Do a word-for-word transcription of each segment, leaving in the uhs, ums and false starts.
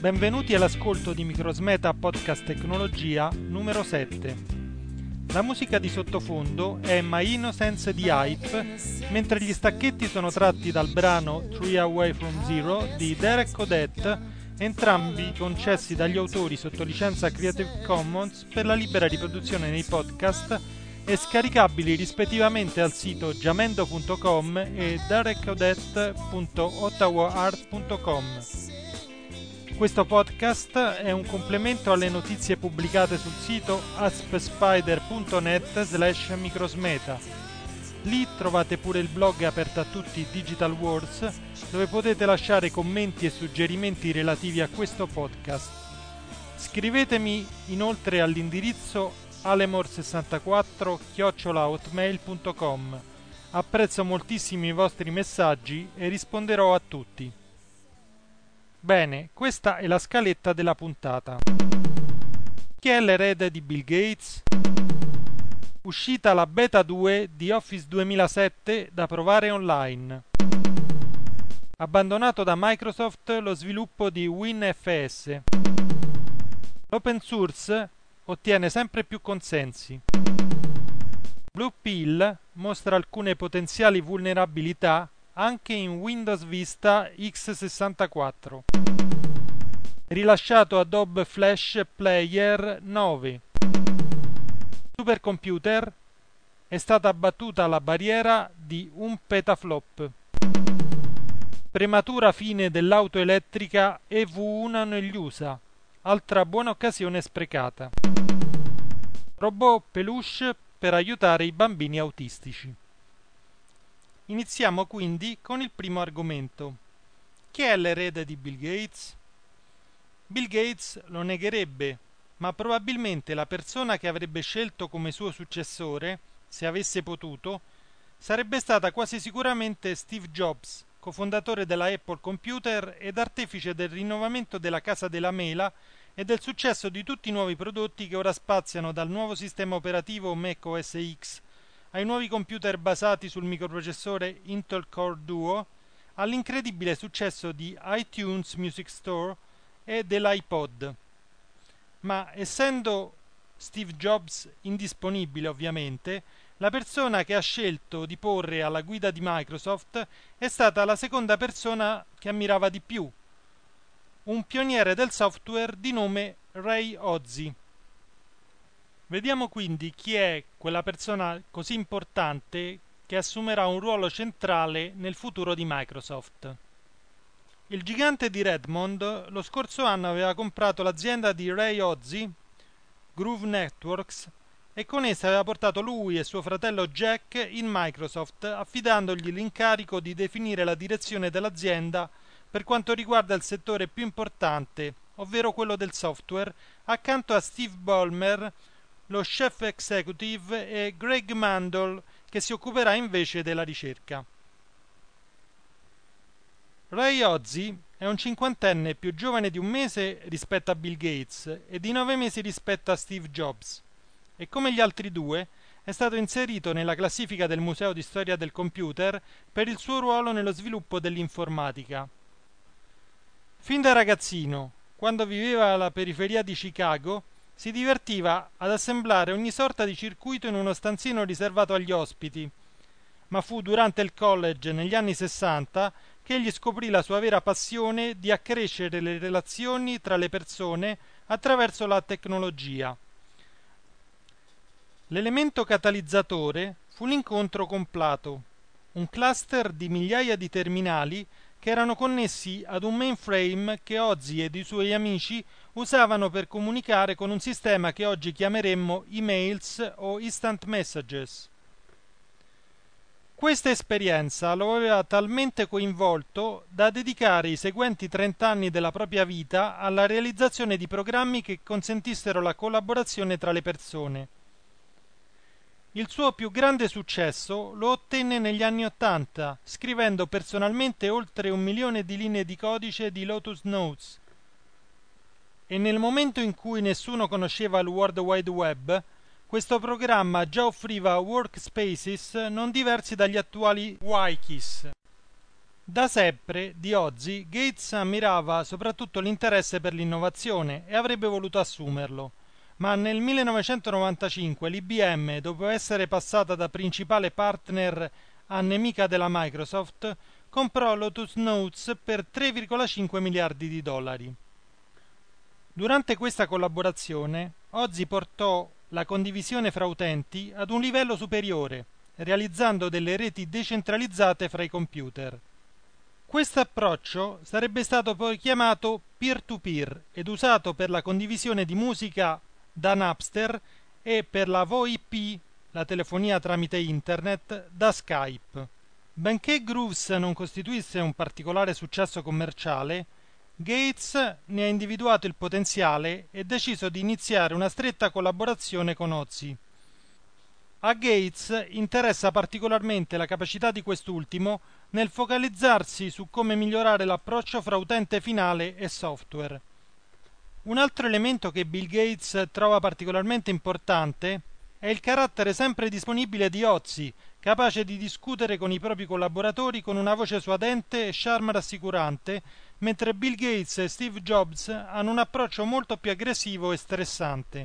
Benvenuti all'ascolto di Microsmeta Podcast Tecnologia numero sette. La musica di sottofondo è My Innocence di Hype, mentre gli stacchetti sono tratti dal brano Three Away From Zero di Derek Odette, entrambi concessi dagli autori sotto licenza Creative Commons per la libera riproduzione nei podcast e scaricabili rispettivamente al sito jamendo punto com e derecodette punto ottawaart punto com. Questo podcast è un complemento alle notizie pubblicate sul sito aspspider punto net slash microsmeta. Lì trovate pure il blog aperto a tutti Digital Wars, dove potete lasciare commenti e suggerimenti relativi a questo podcast. Scrivetemi inoltre all'indirizzo alemor sessantaquattro chiocciola hotmail punto com. Apprezzo moltissimo i vostri messaggi e risponderò a tutti. Bene, questa è la scaletta della puntata. Chi è l'erede di Bill Gates? Uscita la beta due di Office duemilasette da provare online. Abbandonato da Microsoft lo sviluppo di WinFS. L'open source ottiene sempre più consensi. Blue Pill mostra alcune potenziali vulnerabilità anche in Windows Vista X sessantaquattro. Rilasciato Adobe Flash Player nove. Supercomputer, è stata abbattuta la barriera di un petaflop. Prematura fine dell'auto elettrica E V uno negli U S A, altra buona occasione sprecata. Robot peluche per aiutare i bambini autistici. Iniziamo quindi con il primo argomento. Chi è l'erede di Bill Gates? Bill Gates lo negherebbe, ma probabilmente la persona che avrebbe scelto come suo successore, se avesse potuto, sarebbe stata quasi sicuramente Steve Jobs, cofondatore della Apple Computer ed artefice del rinnovamento della casa della mela e del successo di tutti i nuovi prodotti che ora spaziano dal nuovo sistema operativo macOS X ai nuovi computer basati sul microprocessore Intel Core Duo, all'incredibile successo di iTunes Music Store e dell'iPod. Ma essendo Steve Jobs indisponibile ovviamente, la persona che ha scelto di porre alla guida di Microsoft è stata la seconda persona che ammirava di più, un pioniere del software di nome Ray Ozzie. Vediamo quindi chi è quella persona così importante che assumerà un ruolo centrale nel futuro di Microsoft. Il gigante di Redmond lo scorso anno aveva comprato l'azienda di Ray Ozzie, Groove Networks, e con essa aveva portato lui e suo fratello Jack in Microsoft, affidandogli l'incarico di definire la direzione dell'azienda per quanto riguarda il settore più importante, ovvero quello del software, accanto a Steve Ballmer, lo chef executive, e Greg Mandel, che si occuperà invece della ricerca. Ray Ozzie è un cinquantenne più giovane di un mese rispetto a Bill Gates e di nove mesi rispetto a Steve Jobs, e come gli altri due è stato inserito nella classifica del Museo di Storia del Computer per il suo ruolo nello sviluppo dell'informatica. Fin da ragazzino, quando viveva alla periferia di Chicago, si divertiva ad assemblare ogni sorta di circuito in uno stanzino riservato agli ospiti, ma fu durante il college negli anni sessanta che egli scoprì la sua vera passione di accrescere le relazioni tra le persone attraverso la tecnologia. L'elemento catalizzatore fu l'incontro con Plato, un cluster di migliaia di terminali che erano connessi ad un mainframe che Ozzie ed i suoi amici usavano per comunicare con un sistema che oggi chiameremmo emails o instant messages. Questa esperienza lo aveva talmente coinvolto da dedicare i seguenti trent'anni della propria vita alla realizzazione di programmi che consentissero la collaborazione tra le persone. Il suo più grande successo lo ottenne negli anni Ottanta, scrivendo personalmente oltre un milione di linee di codice di Lotus Notes. E nel momento in cui nessuno conosceva il World Wide Web, questo programma già offriva workspaces non diversi dagli attuali wikis. Da sempre, di Ozzy, Gates ammirava soprattutto l'interesse per l'innovazione e avrebbe voluto assumerlo, ma nel millenovecentonovantacinque l'I B M, dopo essere passata da principale partner a nemica della Microsoft, comprò Lotus Notes per tre virgola cinque miliardi di dollari. Durante questa collaborazione, Ozzy portò la condivisione fra utenti ad un livello superiore, realizzando delle reti decentralizzate fra i computer. Questo approccio sarebbe stato poi chiamato peer-to-peer ed usato per la condivisione di musica da Napster e per la V O I P, la telefonia tramite internet, da Skype. Benché Grooves non costituisse un particolare successo commerciale, Gates ne ha individuato il potenziale e deciso di iniziare una stretta collaborazione con Ozzy. A Gates interessa particolarmente la capacità di quest'ultimo nel focalizzarsi su come migliorare l'approccio fra utente finale e software. Un altro elemento che Bill Gates trova particolarmente importante è il carattere sempre disponibile di Ozzy, capace di discutere con i propri collaboratori con una voce suadente e charme rassicurante, mentre Bill Gates e Steve Jobs hanno un approccio molto più aggressivo e stressante.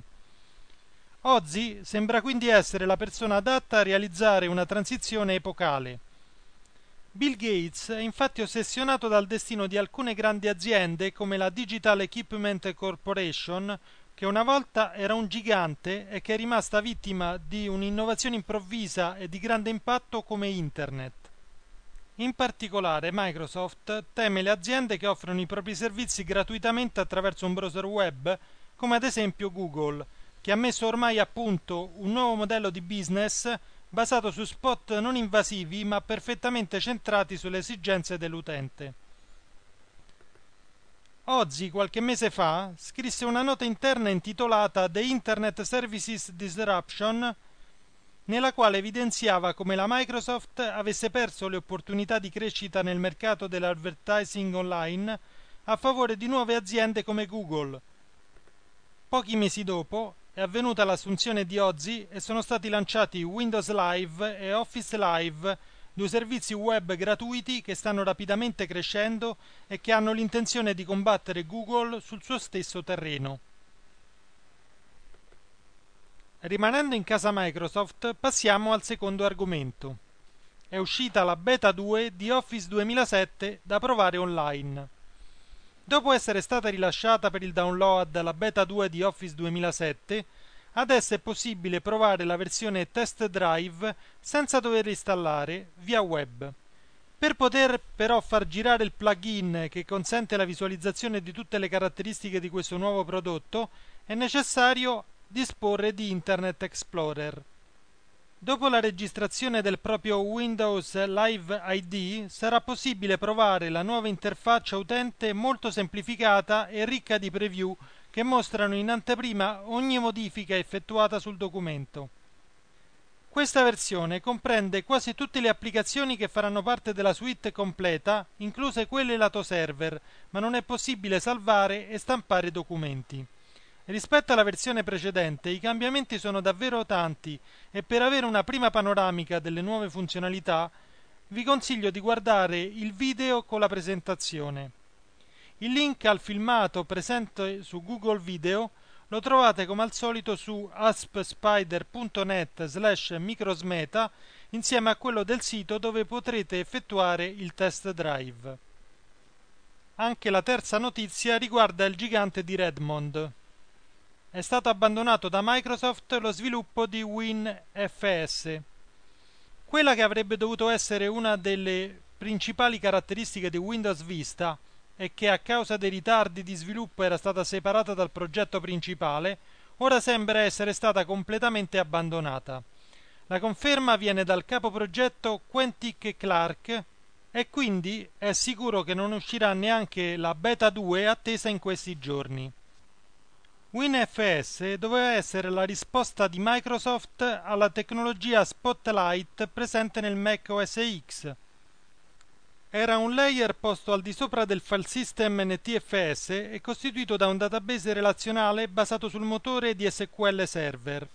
Ozzy sembra quindi essere la persona adatta a realizzare una transizione epocale. Bill Gates è infatti ossessionato dal destino di alcune grandi aziende come la Digital Equipment Corporation, che una volta era un gigante e che è rimasta vittima di un'innovazione improvvisa e di grande impatto come Internet. In particolare Microsoft teme le aziende che offrono i propri servizi gratuitamente attraverso un browser web, come ad esempio Google, che ha messo ormai a punto un nuovo modello di business basato su spot non invasivi ma perfettamente centrati sulle esigenze dell'utente. Ozzy qualche mese fa scrisse una nota interna intitolata The Internet Services Disruption, nella quale evidenziava come la Microsoft avesse perso le opportunità di crescita nel mercato dell'advertising online a favore di nuove aziende come Google. Pochi mesi dopo è avvenuta l'assunzione di Ozzy e sono stati lanciati Windows Live e Office Live, due servizi web gratuiti che stanno rapidamente crescendo e che hanno l'intenzione di combattere Google sul suo stesso terreno. Rimanendo in casa Microsoft, passiamo al secondo argomento. È uscita la beta due di Office duemilasette da provare online. Dopo essere stata rilasciata per il download la beta due di Office duemilasette, adesso è possibile provare la versione Test Drive senza dover installare via web. Per poter però far girare il plugin che consente la visualizzazione di tutte le caratteristiche di questo nuovo prodotto, è necessario disporre di Internet Explorer. Dopo la registrazione del proprio Windows Live I D sarà possibile provare la nuova interfaccia utente molto semplificata e ricca di preview che mostrano in anteprima ogni modifica effettuata sul documento. Questa versione comprende quasi tutte le applicazioni che faranno parte della suite completa, incluse quelle lato server, ma non è possibile salvare e stampare documenti. Rispetto alla versione precedente i cambiamenti sono davvero tanti e per avere una prima panoramica delle nuove funzionalità vi consiglio di guardare il video con la presentazione. Il link al filmato presente su Google Video lo trovate come al solito su aspspider punto net slash microsmeta insieme a quello del sito dove potrete effettuare il test drive. Anche la terza notizia riguarda il gigante di Redmond. È stato abbandonato da Microsoft lo sviluppo di WinFS. Quella che avrebbe dovuto essere una delle principali caratteristiche di Windows Vista e che a causa dei ritardi di sviluppo era stata separata dal progetto principale, ora sembra essere stata completamente abbandonata. La conferma viene dal capo progetto Quentin Clark e quindi è sicuro che non uscirà neanche la beta due attesa in questi giorni. WinFS doveva essere la risposta di Microsoft alla tecnologia Spotlight presente nel Mac O S X. Era un layer posto al di sopra del file system N T F S e costituito da un database relazionale basato sul motore di S Q L Server.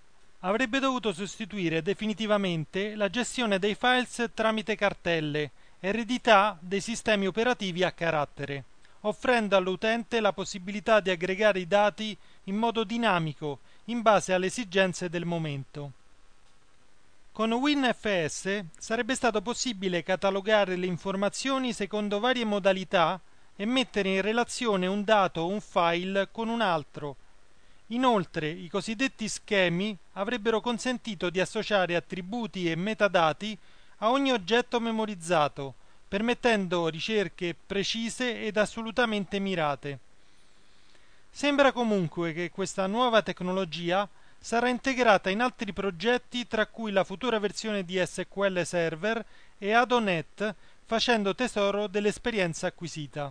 Avrebbe dovuto sostituire definitivamente la gestione dei files tramite cartelle eredità dei sistemi operativi a carattere, offrendo all'utente la possibilità di aggregare i dati in modo dinamico in base alle esigenze del momento. Con WinFS sarebbe stato possibile catalogare le informazioni secondo varie modalità e mettere in relazione un dato o un file con un altro. Inoltre, i cosiddetti schemi avrebbero consentito di associare attributi e metadati a ogni oggetto memorizzato, permettendo ricerche precise ed assolutamente mirate. Sembra comunque che questa nuova tecnologia sarà integrata in altri progetti, tra cui la futura versione di S Q L Server e Adonet, facendo tesoro dell'esperienza acquisita.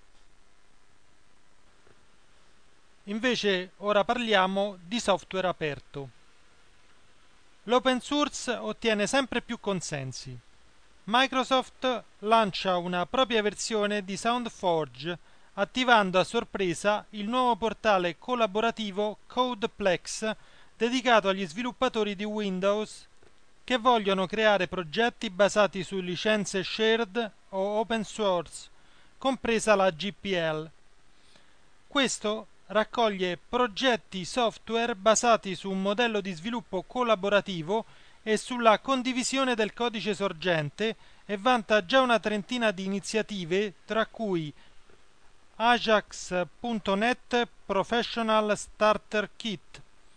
Invece ora parliamo di software aperto. L'open source ottiene sempre più consensi. Microsoft lancia una propria versione di SoundForge, attivando a sorpresa il nuovo portale collaborativo CodePlex dedicato agli sviluppatori di Windows che vogliono creare progetti basati su licenze shared o open source, compresa la G P L. Questo raccoglie progetti software basati su un modello di sviluppo collaborativo e sulla condivisione del codice sorgente e vanta già una trentina di iniziative, tra cui Ajax punto net Professional Starter Kit,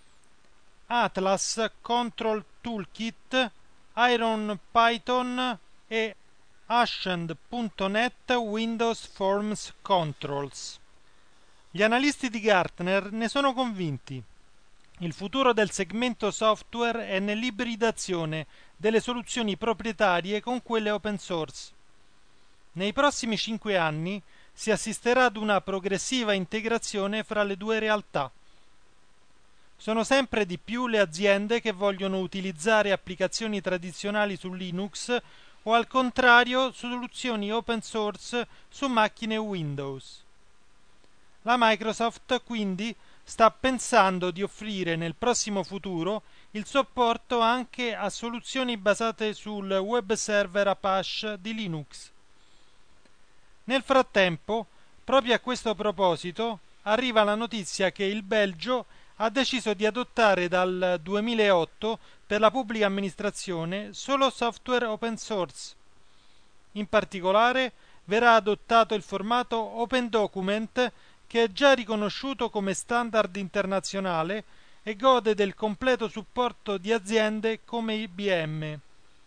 Atlas Control Toolkit, Iron Python e Ascend punto net Windows Forms Controls. Gli analisti di Gartner ne sono convinti. Il futuro del segmento software è nell'ibridazione delle soluzioni proprietarie con quelle open source. Nei prossimi cinque anni si assisterà ad una progressiva integrazione fra le due realtà. Sono sempre di più le aziende che vogliono utilizzare applicazioni tradizionali su Linux o al contrario soluzioni open source su macchine Windows. La Microsoft quindi sta pensando di offrire nel prossimo futuro il supporto anche a soluzioni basate sul web server Apache di Linux. Nel frattempo, proprio a questo proposito, arriva la notizia che il Belgio ha deciso di adottare dal duemilaotto per la pubblica amministrazione solo software open source. In particolare verrà adottato il formato Open Document, che è già riconosciuto come standard internazionale e gode del completo supporto di aziende come I B M.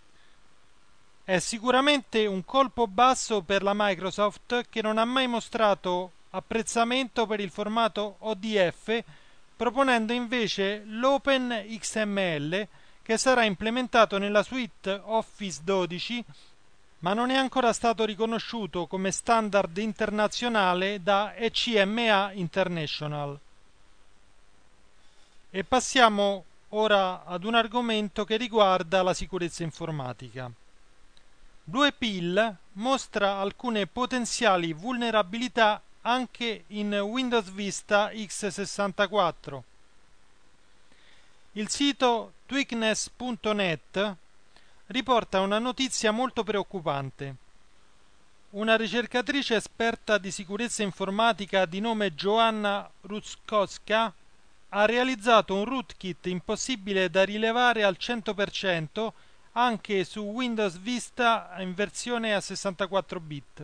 È sicuramente un colpo basso per la Microsoft, che non ha mai mostrato apprezzamento per il formato O D F, proponendo invece l'Open X M L, che sarà implementato nella suite Office dodici, ma non è ancora stato riconosciuto come standard internazionale da E C M A International. E passiamo ora ad un argomento che riguarda la sicurezza informatica. Bluepill mostra alcune potenziali vulnerabilità anche in Windows Vista x sessantaquattro. Il sito tweakness punto net riporta una notizia molto preoccupante. Una ricercatrice esperta di sicurezza informatica di nome Joanna Rutkowska ha realizzato un rootkit impossibile da rilevare al cento per cento anche su Windows Vista in versione a sessantaquattro bit.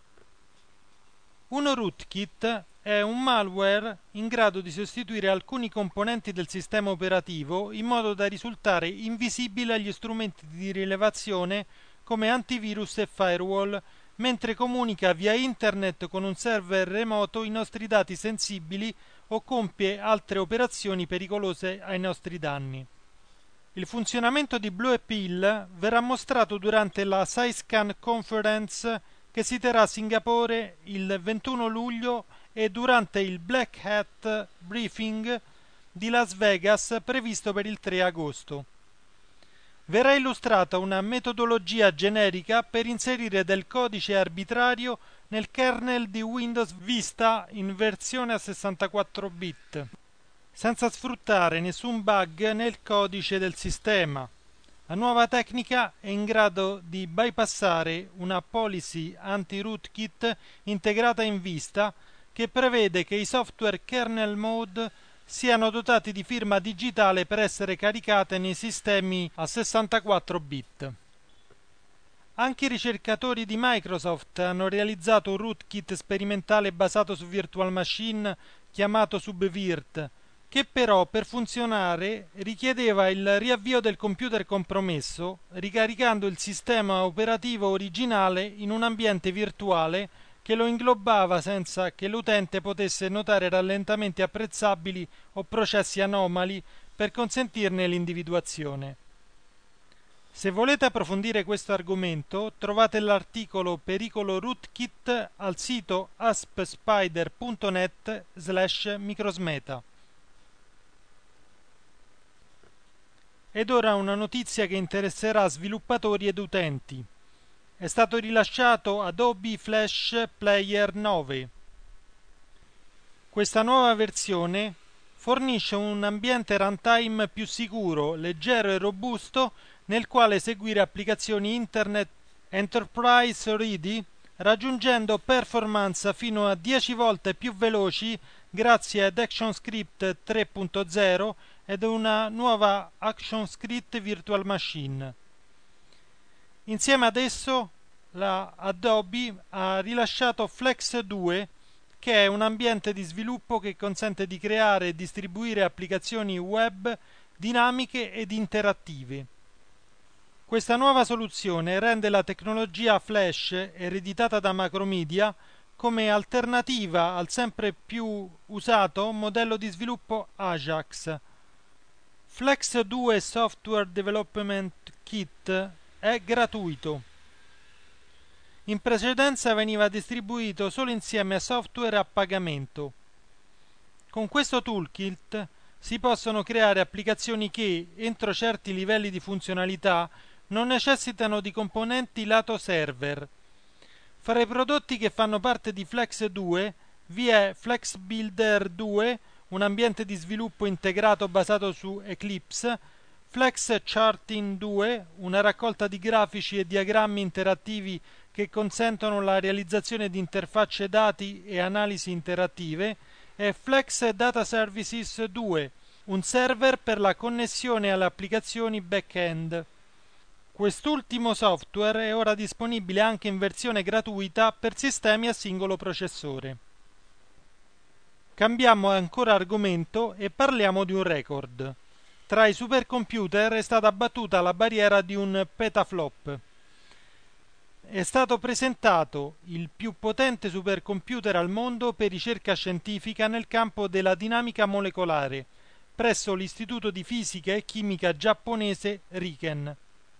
Un rootkit è un malware in grado di sostituire alcuni componenti del sistema operativo in modo da risultare invisibile agli strumenti di rilevazione come antivirus e firewall, mentre comunica via internet con un server remoto i nostri dati sensibili o compie altre operazioni pericolose ai nostri danni. Il funzionamento di Bluepill verrà mostrato durante la SciScan Conference che si terrà a Singapore il ventuno luglio e durante il Black Hat Briefing di Las Vegas previsto per il tre agosto. Verrà illustrata una metodologia generica per inserire del codice arbitrario nel kernel di Windows Vista in versione a sessantaquattro bit, senza sfruttare nessun bug nel codice del sistema. La nuova tecnica è in grado di bypassare una policy anti-rootkit integrata in Vista che prevede che i software kernel mode siano dotati di firma digitale per essere caricate nei sistemi a sessantaquattro bit. Anche i ricercatori di Microsoft hanno realizzato un rootkit sperimentale basato su Virtual Machine chiamato Subvirt, che però per funzionare richiedeva il riavvio del computer compromesso, ricaricando il sistema operativo originale in un ambiente virtuale che lo inglobava senza che l'utente potesse notare rallentamenti apprezzabili o processi anomali per consentirne l'individuazione. Se volete approfondire questo argomento, trovate l'articolo Pericolo Rootkit al sito aspspider punto net slash microsmeta. Ed ora una notizia che interesserà sviluppatori ed utenti. È stato rilasciato Adobe Flash Player nove. Questa nuova versione fornisce un ambiente runtime più sicuro, leggero e robusto nel quale eseguire applicazioni internet enterprise ready, raggiungendo performance fino a dieci volte più veloci grazie ad ActionScript tre punto zero ed una nuova ActionScript Virtual Machine. Insieme ad esso la Adobe ha rilasciato Flex due, che è un ambiente di sviluppo che consente di creare e distribuire applicazioni web dinamiche ed interattive. Questa nuova soluzione rende la tecnologia Flash, ereditata da Macromedia, come alternativa al sempre più usato modello di sviluppo Ajax. Flex due Software Development Kit è gratuito. In precedenza veniva distribuito solo insieme a software a pagamento. Con questo toolkit si possono creare applicazioni che, entro certi livelli di funzionalità, non necessitano di componenti lato server. Fra i prodotti che fanno parte di Flex due vi è Flex Builder due, un ambiente di sviluppo integrato basato su Eclipse, Flex Charting due, una raccolta di grafici e diagrammi interattivi che consentono la realizzazione di interfacce dati e analisi interattive, e Flex Data Services due, un server per la connessione alle applicazioni back-end. Quest'ultimo software è ora disponibile anche in versione gratuita per sistemi a singolo processore. Cambiamo ancora argomento e parliamo di un record. Tra i supercomputer è stata battuta la barriera di un petaflop. È stato presentato il più potente supercomputer al mondo per ricerca scientifica nel campo della dinamica molecolare, presso l'Istituto di Fisica e Chimica giapponese Riken.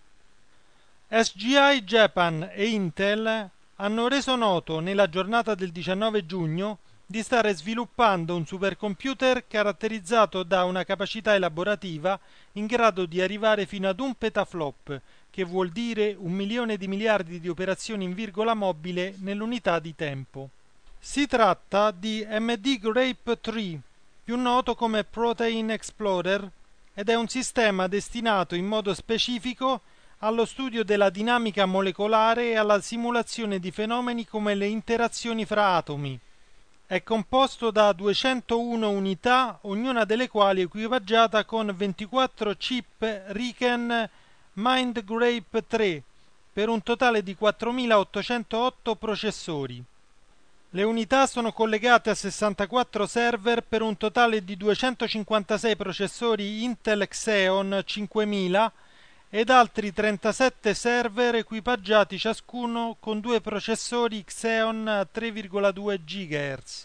S G I Japan e Intel hanno reso noto nella giornata del diciannove giugno di stare sviluppando un supercomputer caratterizzato da una capacità elaborativa in grado di arrivare fino ad un petaflop, che vuol dire un milione di miliardi di operazioni in virgola mobile nell'unità di tempo. Si tratta di M D Grape tre, più noto come Protein Explorer, ed è un sistema destinato in modo specifico allo studio della dinamica molecolare e alla simulazione di fenomeni come le interazioni fra atomi. È composto da duecentouno unità, ognuna delle quali equipaggiata con ventiquattro chip Riken Mindgrape tre, per un totale di quattromilaottocentootto processori. Le unità sono collegate a sessantaquattro server per un totale di duecentocinquantasei processori Intel Xeon cinquemila ed altri trentasette server equipaggiati ciascuno con due processori Xeon a tre virgola due gigahertz.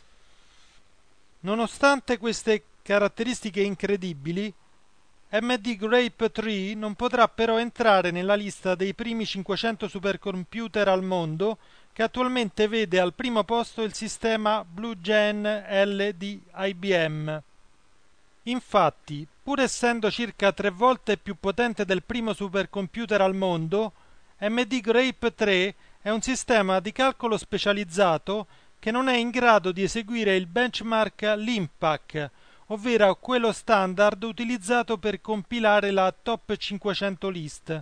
Nonostante queste caratteristiche incredibili, M D Grape tre non potrà però entrare nella lista dei primi cinquecento supercomputer al mondo, che attualmente vede al primo posto il sistema Blue Gen L di I B M. Infatti, pur essendo circa tre volte più potente del primo supercomputer al mondo, M D Grape tre è un sistema di calcolo specializzato che non è in grado di eseguire il benchmark LIMPAC, ovvero quello standard utilizzato per compilare la Top cinquecento List.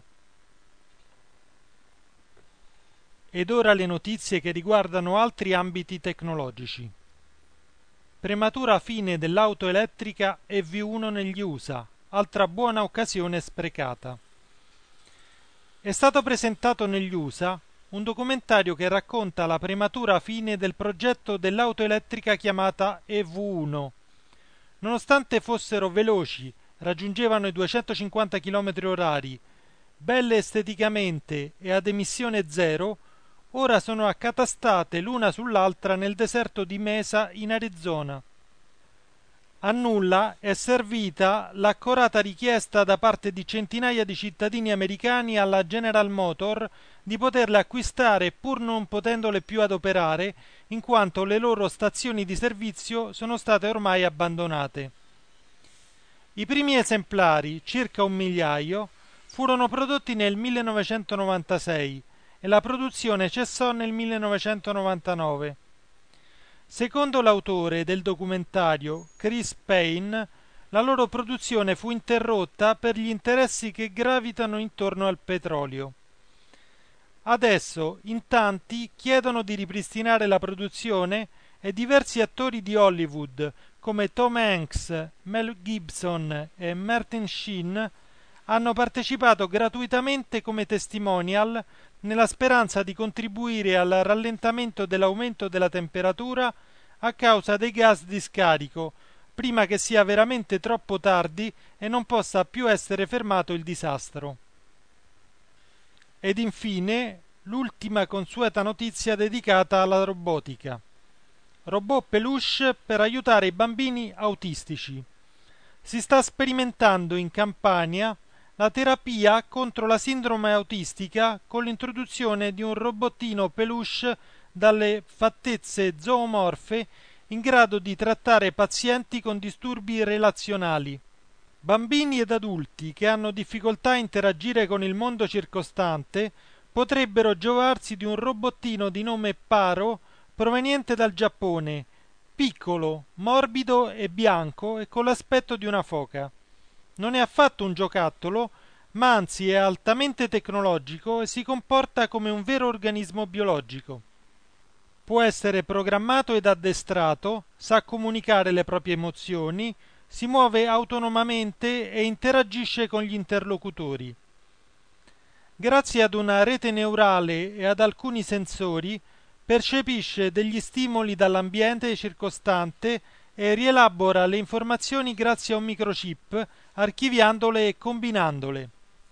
Ed ora le notizie che riguardano altri ambiti tecnologici. Prematura fine dell'auto elettrica E V uno negli U S A, altra buona occasione sprecata. È stato presentato negli U S A un documentario che racconta la prematura fine del progetto dell'auto elettrica chiamata E V uno. Nonostante fossero veloci, raggiungevano i duecentocinquanta chilometri orari, belle esteticamente e ad emissione zero, ora sono accatastate l'una sull'altra nel deserto di Mesa in Arizona. A nulla è servita l'accorata richiesta da parte di centinaia di cittadini americani alla General Motors di poterle acquistare pur non potendole più adoperare, in quanto le loro stazioni di servizio sono state ormai abbandonate. I primi esemplari, circa un migliaio, furono prodotti nel millenovecentonovantasei e la produzione cessò nel millenovecentonovantanove. Secondo l'autore del documentario, Chris Payne, la loro produzione fu interrotta per gli interessi che gravitano intorno al petrolio. Adesso in tanti chiedono di ripristinare la produzione e diversi attori di Hollywood come Tom Hanks, Mel Gibson e Martin Sheen hanno partecipato gratuitamente come testimonial nella speranza di contribuire al rallentamento dell'aumento della temperatura a causa dei gas di scarico, prima che sia veramente troppo tardi e non possa più essere fermato il disastro. Ed infine l'ultima consueta notizia dedicata alla robotica. Robot peluche per aiutare i bambini autistici. Si sta sperimentando in Campania la terapia contro la sindrome autistica con l'introduzione di un robottino peluche dalle fattezze zoomorfe in grado di trattare pazienti con disturbi relazionali. Bambini ed adulti che hanno difficoltà a interagire con il mondo circostante potrebbero giovarsi di un robottino di nome Paro proveniente dal Giappone, piccolo, morbido e bianco e con l'aspetto di una foca. Non è affatto un giocattolo, ma anzi è altamente tecnologico e si comporta come un vero organismo biologico. Può essere programmato ed addestrato, sa comunicare le proprie emozioni, si muove autonomamente e interagisce con gli interlocutori. Grazie ad una rete neurale e ad alcuni sensori, percepisce degli stimoli dall'ambiente circostante e rielabora le informazioni grazie a un microchip, archiviandole e combinandole.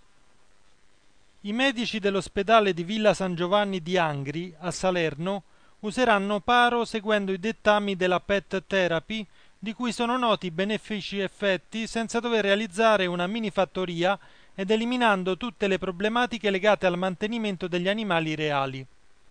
I medici dell'ospedale di Villa San Giovanni di Angri, a Salerno, useranno Paro seguendo i dettami della Pet Therapy, di cui sono noti i benefici effetti senza dover realizzare una mini fattoria ed eliminando tutte le problematiche legate al mantenimento degli animali reali.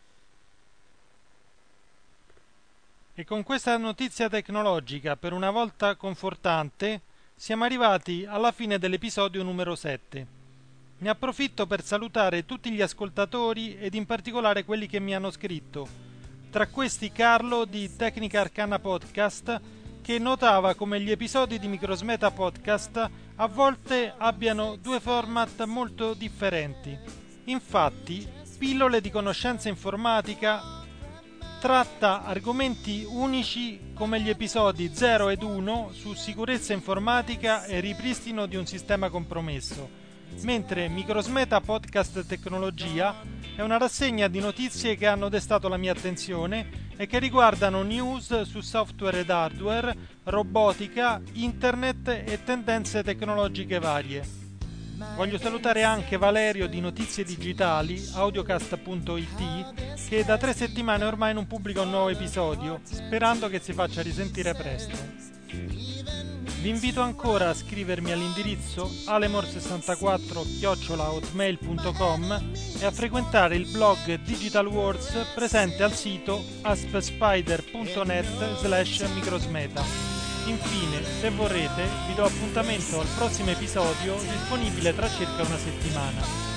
E con questa notizia tecnologica, per una volta confortante, siamo arrivati alla fine dell'episodio numero sette. Ne approfitto per salutare tutti gli ascoltatori ed in particolare quelli che mi hanno scritto. Tra questi Carlo di Tecnica Arcana Podcast, che notava come gli episodi di Microsmeta Podcast a volte abbiano due format molto differenti. Infatti, Pillole di conoscenza informatica tratta argomenti unici come gli episodi zero ed uno su sicurezza informatica e ripristino di un sistema compromesso, mentre Microsmeta Podcast Tecnologia è una rassegna di notizie che hanno destato la mia attenzione e che riguardano news su software ed hardware, robotica, internet e tendenze tecnologiche varie. Voglio salutare anche Valerio di Notizie Digitali, audiocast punto it, che da tre settimane ormai non pubblica un nuovo episodio, sperando che si faccia risentire presto. Vi invito ancora a scrivermi all'indirizzo alemor sessantaquattro chiocciola hotmail punto com e a frequentare il blog Digital Wars presente al sito aspspider punto net slash microsmeta. Infine, se vorrete, vi do appuntamento al prossimo episodio disponibile tra circa una settimana.